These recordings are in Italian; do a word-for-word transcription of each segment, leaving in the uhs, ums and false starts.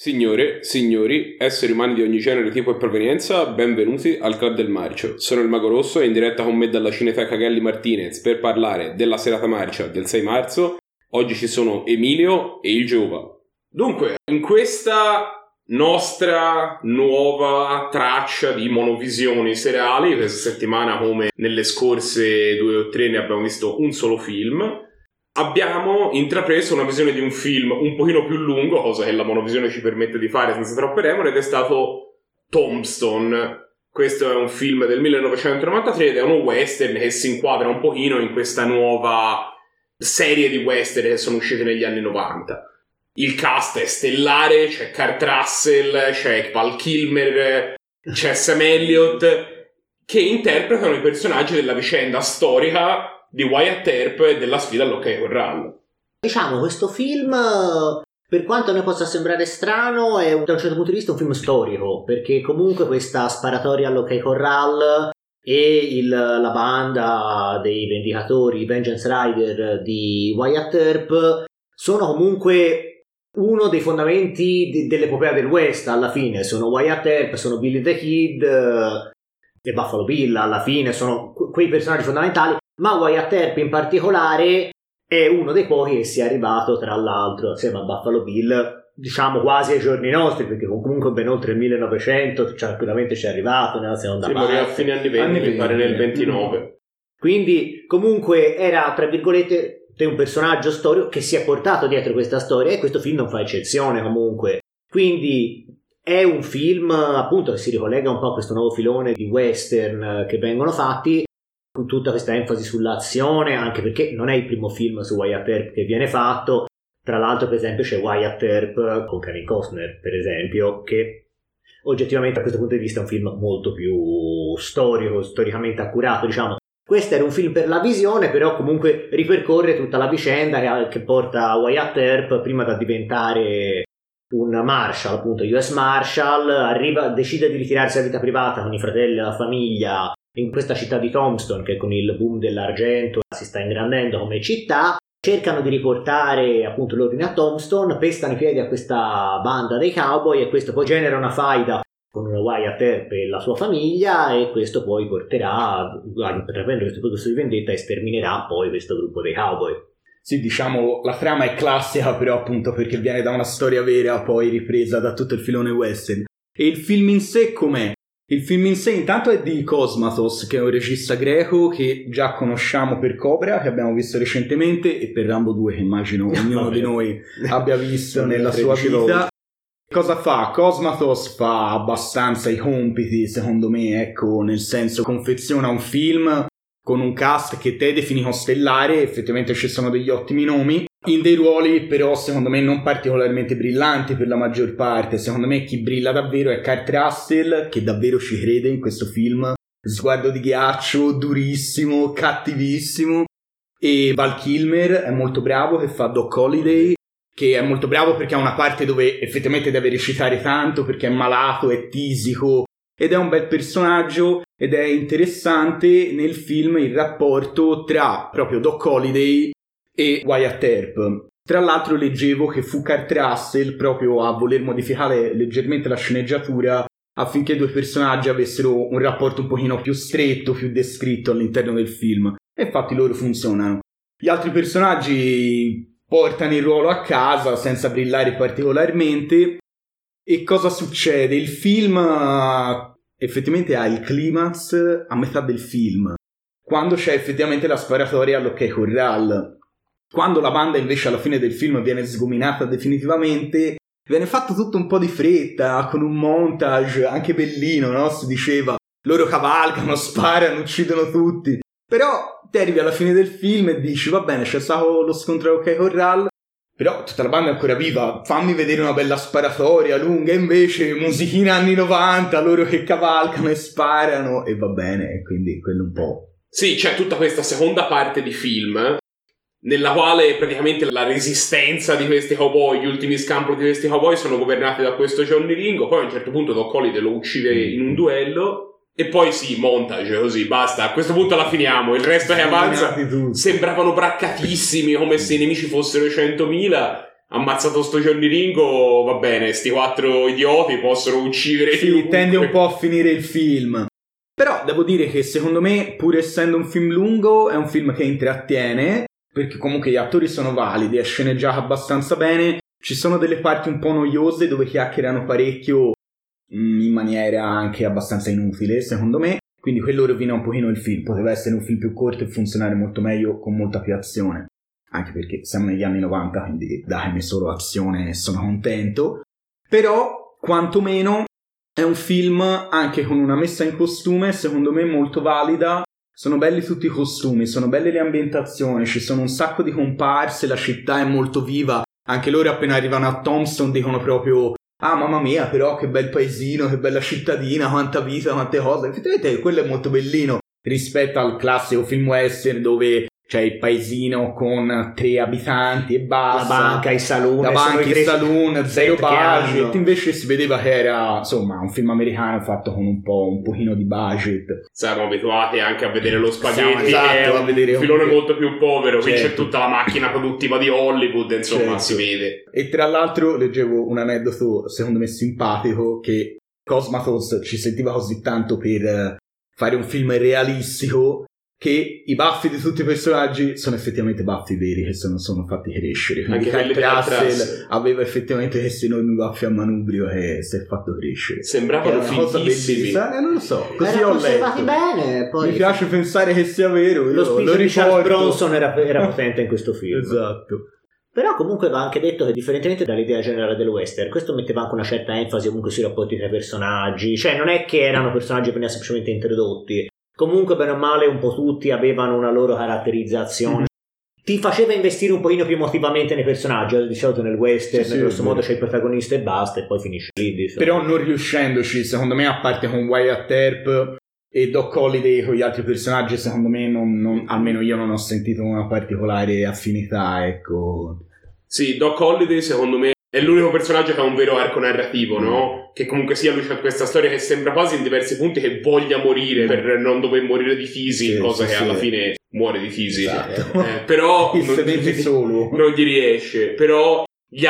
Signore, signori, esseri umani di ogni genere, tipo e provenienza, benvenuti al Club del Marcio. Sono il Mago Rosso e in diretta con me dalla Cineteca Gelli Martinez per parlare della serata marcia del sei marzo. Oggi ci sono Emilio e il Giova. Dunque, in questa nostra nuova traccia di monovisioni seriali, questa settimana come nelle scorse due o tre ne abbiamo visto un solo film, abbiamo intrapreso una visione di un film un pochino più lungo, cosa che la monovisione ci permette di fare senza troppe remore, ed è stato Tombstone. Questo è un film del millenovecentonovantatré ed è uno western che si inquadra un pochino in questa nuova serie di western che sono usciti negli anni novanta. Il cast è stellare, c'è Kurt Russell, c'è Val Kilmer, c'è Sam Elliott, che interpretano i personaggi della vicenda storica di Wyatt Earp e della sfida all'Ok Corral. Diciamo, questo film, per quanto ne possa sembrare strano, è da un certo punto di vista un film storico, perché comunque questa sparatoria all'Ok Corral e il, la banda dei Vendicatori, Vengeance Rider di Wyatt Earp, sono comunque uno dei fondamenti de- dell'epopea del West. Alla fine sono Wyatt Earp, sono Billy the Kid e Buffalo Bill, alla fine sono que- quei personaggi fondamentali. Ma Wyatt Earp in particolare è uno dei pochi che sia arrivato, tra l'altro, insieme a Buffalo Bill, diciamo quasi ai giorni nostri, perché comunque ben oltre il millenovecento tranquillamente ci è arrivato nella seconda sì, parte. Sì, a fine anni venti, mi pare nel ventinove. Quindi comunque era, tra virgolette, un personaggio storico che si è portato dietro questa storia, e questo film non fa eccezione comunque. Quindi è un film, appunto, che si ricollega un po' a questo nuovo filone di western che vengono fatti, con tutta questa enfasi sull'azione, anche perché non è il primo film su Wyatt Earp che viene fatto. Tra l'altro, per esempio, c'è Wyatt Earp con Kevin Costner, per esempio, che oggettivamente da questo punto di vista è un film molto più storico, storicamente accurato, diciamo. Questo era un film per la visione, però comunque ripercorre tutta la vicenda che, che porta Wyatt Earp prima da diventare un Marshal, appunto U S Marshal, arriva, decide di ritirarsi alla vita privata con i fratelli e la famiglia in questa città di Tombstone, che con il boom dell'argento si sta ingrandendo come città. Cercano di riportare appunto l'ordine a Tombstone, pestano i piedi a questa banda dei cowboy, e questo poi genera una faida con Wyatt Earp e la sua famiglia, e questo poi porterà a intraprendere questo processo di vendetta e sterminerà poi questo gruppo dei cowboy. Sì, diciamo, la trama è classica, però appunto perché viene da una storia vera poi ripresa da tutto il filone western. E il film in sé com'è? Il film in sé intanto è di Cosmatos, che è un regista greco che già conosciamo per Cobra, che abbiamo visto recentemente, e per Rambo due, che immagino ognuno di noi abbia visto nella sua vita. Cosa fa? Cosmatos fa abbastanza i compiti, secondo me, ecco, nel senso, confeziona un film con un cast che te defini stellare, effettivamente ci sono degli ottimi nomi, in dei ruoli però secondo me non particolarmente brillanti per la maggior parte. Secondo me chi brilla davvero è Kurt Russell, che davvero ci crede in questo film, sguardo di ghiaccio, durissimo, cattivissimo, e Val Kilmer è molto bravo, che fa Doc Holliday, che è molto bravo perché ha una parte dove effettivamente deve recitare tanto, perché è malato, è tisico, ed è un bel personaggio. Ed è interessante nel film il rapporto tra proprio Doc Holliday e Wyatt Earp. Tra l'altro leggevo che fu Kurt Russell proprio a voler modificare leggermente la sceneggiatura affinché i due personaggi avessero un rapporto un pochino più stretto, più descritto all'interno del film, e infatti loro funzionano. Gli altri personaggi portano il ruolo a casa senza brillare particolarmente. E cosa succede? Il film effettivamente ha il climax a metà del film, quando c'è effettivamente la sparatoria all'Ok Corral. Quando la banda invece alla fine del film viene sgominata definitivamente, viene fatto tutto un po' di fretta, con un montage anche bellino, no? Si diceva, loro cavalcano, sparano, uccidono tutti. Però ti arrivi alla fine del film e dici, va bene, c'è stato lo scontro all'Ok Corral, però tutta la banda è ancora viva, fammi vedere una bella sparatoria lunga, invece musichina anni novanta, loro che cavalcano e sparano, e va bene, e quindi quello un po'. Sì, c'è tutta questa seconda parte di film, nella quale praticamente la resistenza di questi cowboy, gli ultimi scampoli di questi cowboy sono governati da questo Johnny Ringo. Poi a un certo punto Doc Holliday lo uccide in un duello, e poi sì, montage, così, basta, a questo punto la finiamo. Il resto che avanza sembravano braccatissimi, come se i nemici fossero centomila. ammazzato sto Johnny Ringo, va bene, sti quattro idioti possono uccidere sì, chiunque. Tende un po' a finire il film. Però devo dire che secondo me, pur essendo un film lungo, è un film che intrattiene, perché comunque gli attori sono validi, è sceneggiato abbastanza bene. Ci sono delle parti un po' noiose dove chiacchierano parecchio mh, in maniera anche abbastanza inutile, secondo me. Quindi quello rovina un pochino il film. Poteva essere un film più corto e funzionare molto meglio con molta più azione. Anche perché siamo negli anni novanta, quindi datemi solo azione e sono contento. Però, quantomeno, è un film anche con una messa in costume, secondo me, molto valida. Sono belli tutti i costumi, sono belle le ambientazioni, ci sono un sacco di comparse, la città è molto viva. Anche loro appena arrivano a Tombstone dicono proprio: ah, mamma mia, però che bel paesino, che bella cittadina, quanta vita, quante cose. Effettivamente quello è molto bellino rispetto al classico film western dove c'è il paesino con tre abitanti e basta, la banca, il saloon, la banca, il saloon, zero budget. Invece si vedeva che era insomma un film americano fatto con un po' un pochino di budget. Siamo abituati anche a vedere lo spaghetti, esatto, è un a vedere filone un... molto più povero. Qui certo. c'è tutta la macchina produttiva di Hollywood, insomma, certo. si vede. E tra l'altro leggevo un aneddoto secondo me simpatico, che Cosmatos ci sentiva così tanto per fare un film realistico che i baffi di tutti i personaggi sono effettivamente baffi veri che sono, sono fatti crescere. Quindi Kurt Russell aveva effettivamente questi enormi baffi a manubrio e si è fatto crescere. Sembravano fighissimi. Eh, non lo so, così era ho conservati letto. Bene, poi mi piace pensare che sia vero. Lo spirito di Charles Bronson era, era potente in questo film. Esatto. Però comunque va anche detto che differentemente dall'idea generale del western, questo metteva anche una certa enfasi comunque sui rapporti tra i personaggi. Cioè non è che erano personaggi appena semplicemente introdotti. Comunque bene o male un po' tutti avevano una loro caratterizzazione. Mm-hmm. Ti faceva investire un pochino più emotivamente nei personaggi. Di solito nel western sì, grosso sì, modo c'è il protagonista e basta e poi finisce lì. Però non riuscendoci, secondo me, a parte con Wyatt Earp e Doc Holliday con gli altri personaggi, secondo me non, non, almeno io non ho sentito una particolare affinità, ecco. Sì, Doc Holliday secondo me è l'unico personaggio che ha un vero arco narrativo, no? Che comunque sia lui c'ha questa storia che sembra quasi in diversi punti che voglia morire per non dover morire di fisi, sì, cosa sì, che sì. alla fine muore di fisi. Esatto. Eh, però non, solo. non gli riesce. Però gli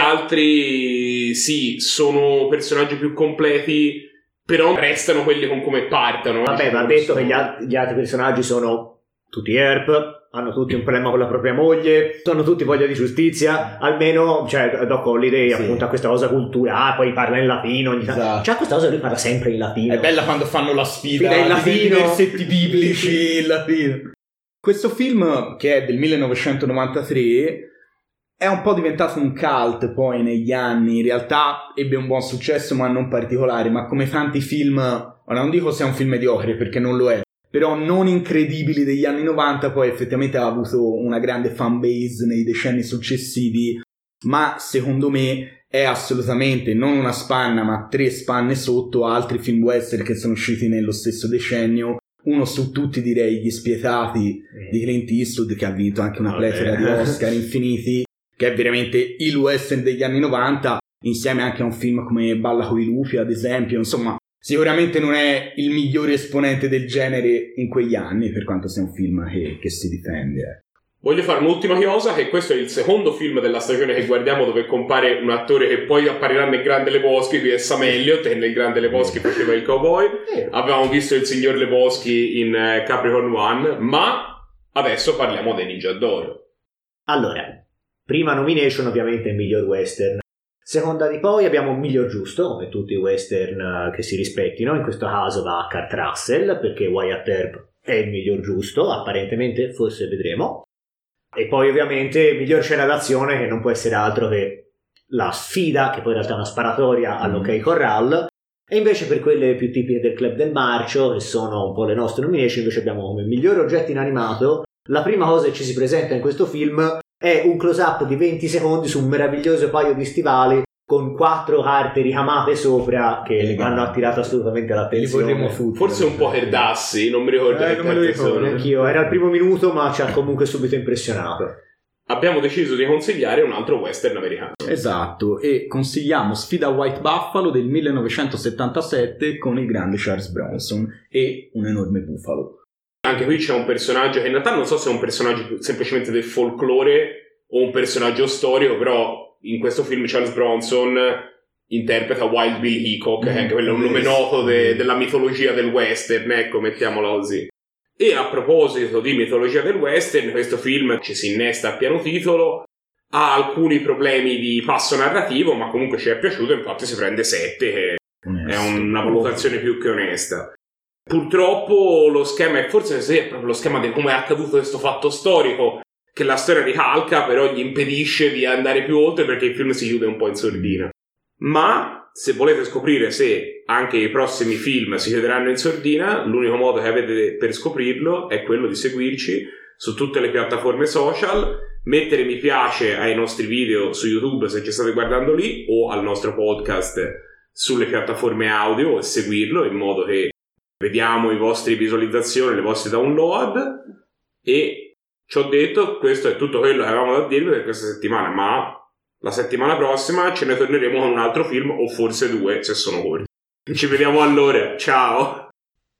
altri sì, sono personaggi più completi, però restano quelli con come partono. Vabbè, diciamo, va detto che gli, al- gli altri personaggi sono tutti Earp, hanno tutti un problema con la propria moglie, sono tutti voglia di giustizia, almeno cioè Doc Holliday sì. appunto ha questa cosa culturale, poi parla in latino, esatto. c'ha questa cosa, lui parla sempre in latino. È bella quando fanno la sfida in latino, dei versetti biblici in latino. Questo film, che è del millenovecentonovantatré, è un po' diventato un cult poi negli anni. In realtà ebbe un buon successo ma non particolare, ma come tanti film, ora non dico sia un film mediocre perché non lo è, però non incredibili degli anni novanta, poi effettivamente ha avuto una grande fan base nei decenni successivi, ma secondo me è assolutamente non una spanna ma tre spanne sotto altri film western che sono usciti nello stesso decennio. Uno su tutti direi Gli Spietati di Clint Eastwood, che ha vinto anche una pletora di Oscar infiniti, che è veramente il western degli anni novanta, insieme anche a un film come Balla coi lupi ad esempio. Insomma, sicuramente non è il migliore esponente del genere in quegli anni, per quanto sia un film che, che si difende. Voglio fare un'ultima cosa, che questo è il secondo film della stagione che guardiamo dove compare un attore che poi apparirà nel Grande Lebowski, qui è Sam Elliott, che nel Grande Lebowski faceva il cowboy. Avevamo visto il signor Lebowski in uh, Capricorn One, ma adesso parliamo dei Ninja d'Oro. Allora, prima nomination ovviamente il miglior western. Seconda di poi abbiamo miglior giusto, come tutti i western che si rispettino. In questo caso va a Kurt Russell, perché Wyatt Earp è il miglior giusto, apparentemente, forse vedremo. E poi ovviamente miglior scena d'azione, che non può essere altro che la sfida, che poi in realtà è una sparatoria all'Ok Corral. E invece per quelle più tipiche del Club del Marcio, che sono un po' le nostre nomination, invece abbiamo come miglior oggetto inanimato. La prima cosa che ci si presenta in questo film è un close-up di venti secondi su un meraviglioso paio di stivali con quattro carte ricamate sopra che Elegante. hanno attirato assolutamente l'attenzione. Forse un po' Herdassi, non mi ricordo. Eh, non me lo ricordo anch'io, era il primo minuto ma ci ha comunque subito impressionato. Abbiamo deciso di consigliare un altro western americano. Esatto, e consigliamo Sfida a White Buffalo del millenovecentosettantasette con il grande Charles Bronson e un enorme bufalo. Anche qui c'è un personaggio che in realtà non so se è un personaggio semplicemente del folklore o un personaggio storico, però in questo film Charles Bronson interpreta Wild Bill Hickok, mm, che quello è un nome noto de- della mitologia del western, ecco, mettiamola così. E a proposito di mitologia del western, questo film ci si innesta a pieno titolo, ha alcuni problemi di passo narrativo, ma comunque ci è piaciuto, infatti si prende sette, che è una valutazione più che onesta. Purtroppo lo schema è forse sì, è proprio lo schema di come è accaduto questo fatto storico, che la storia ricalca, però gli impedisce di andare più oltre perché il film si chiude un po' in sordina. Ma se volete scoprire se anche i prossimi film si chiuderanno in sordina, l'unico modo che avete per scoprirlo è quello di seguirci su tutte le piattaforme social, mettere mi piace ai nostri video su YouTube se ci state guardando lì, o al nostro podcast sulle piattaforme audio, e seguirlo in modo che vediamo i vostri visualizzazioni, le vostre download. E ci ho detto, questo è tutto quello che avevamo da dirvi per questa settimana, ma la settimana prossima ce ne torneremo con un altro film, o forse due se sono corti. Ci vediamo allora, ciao!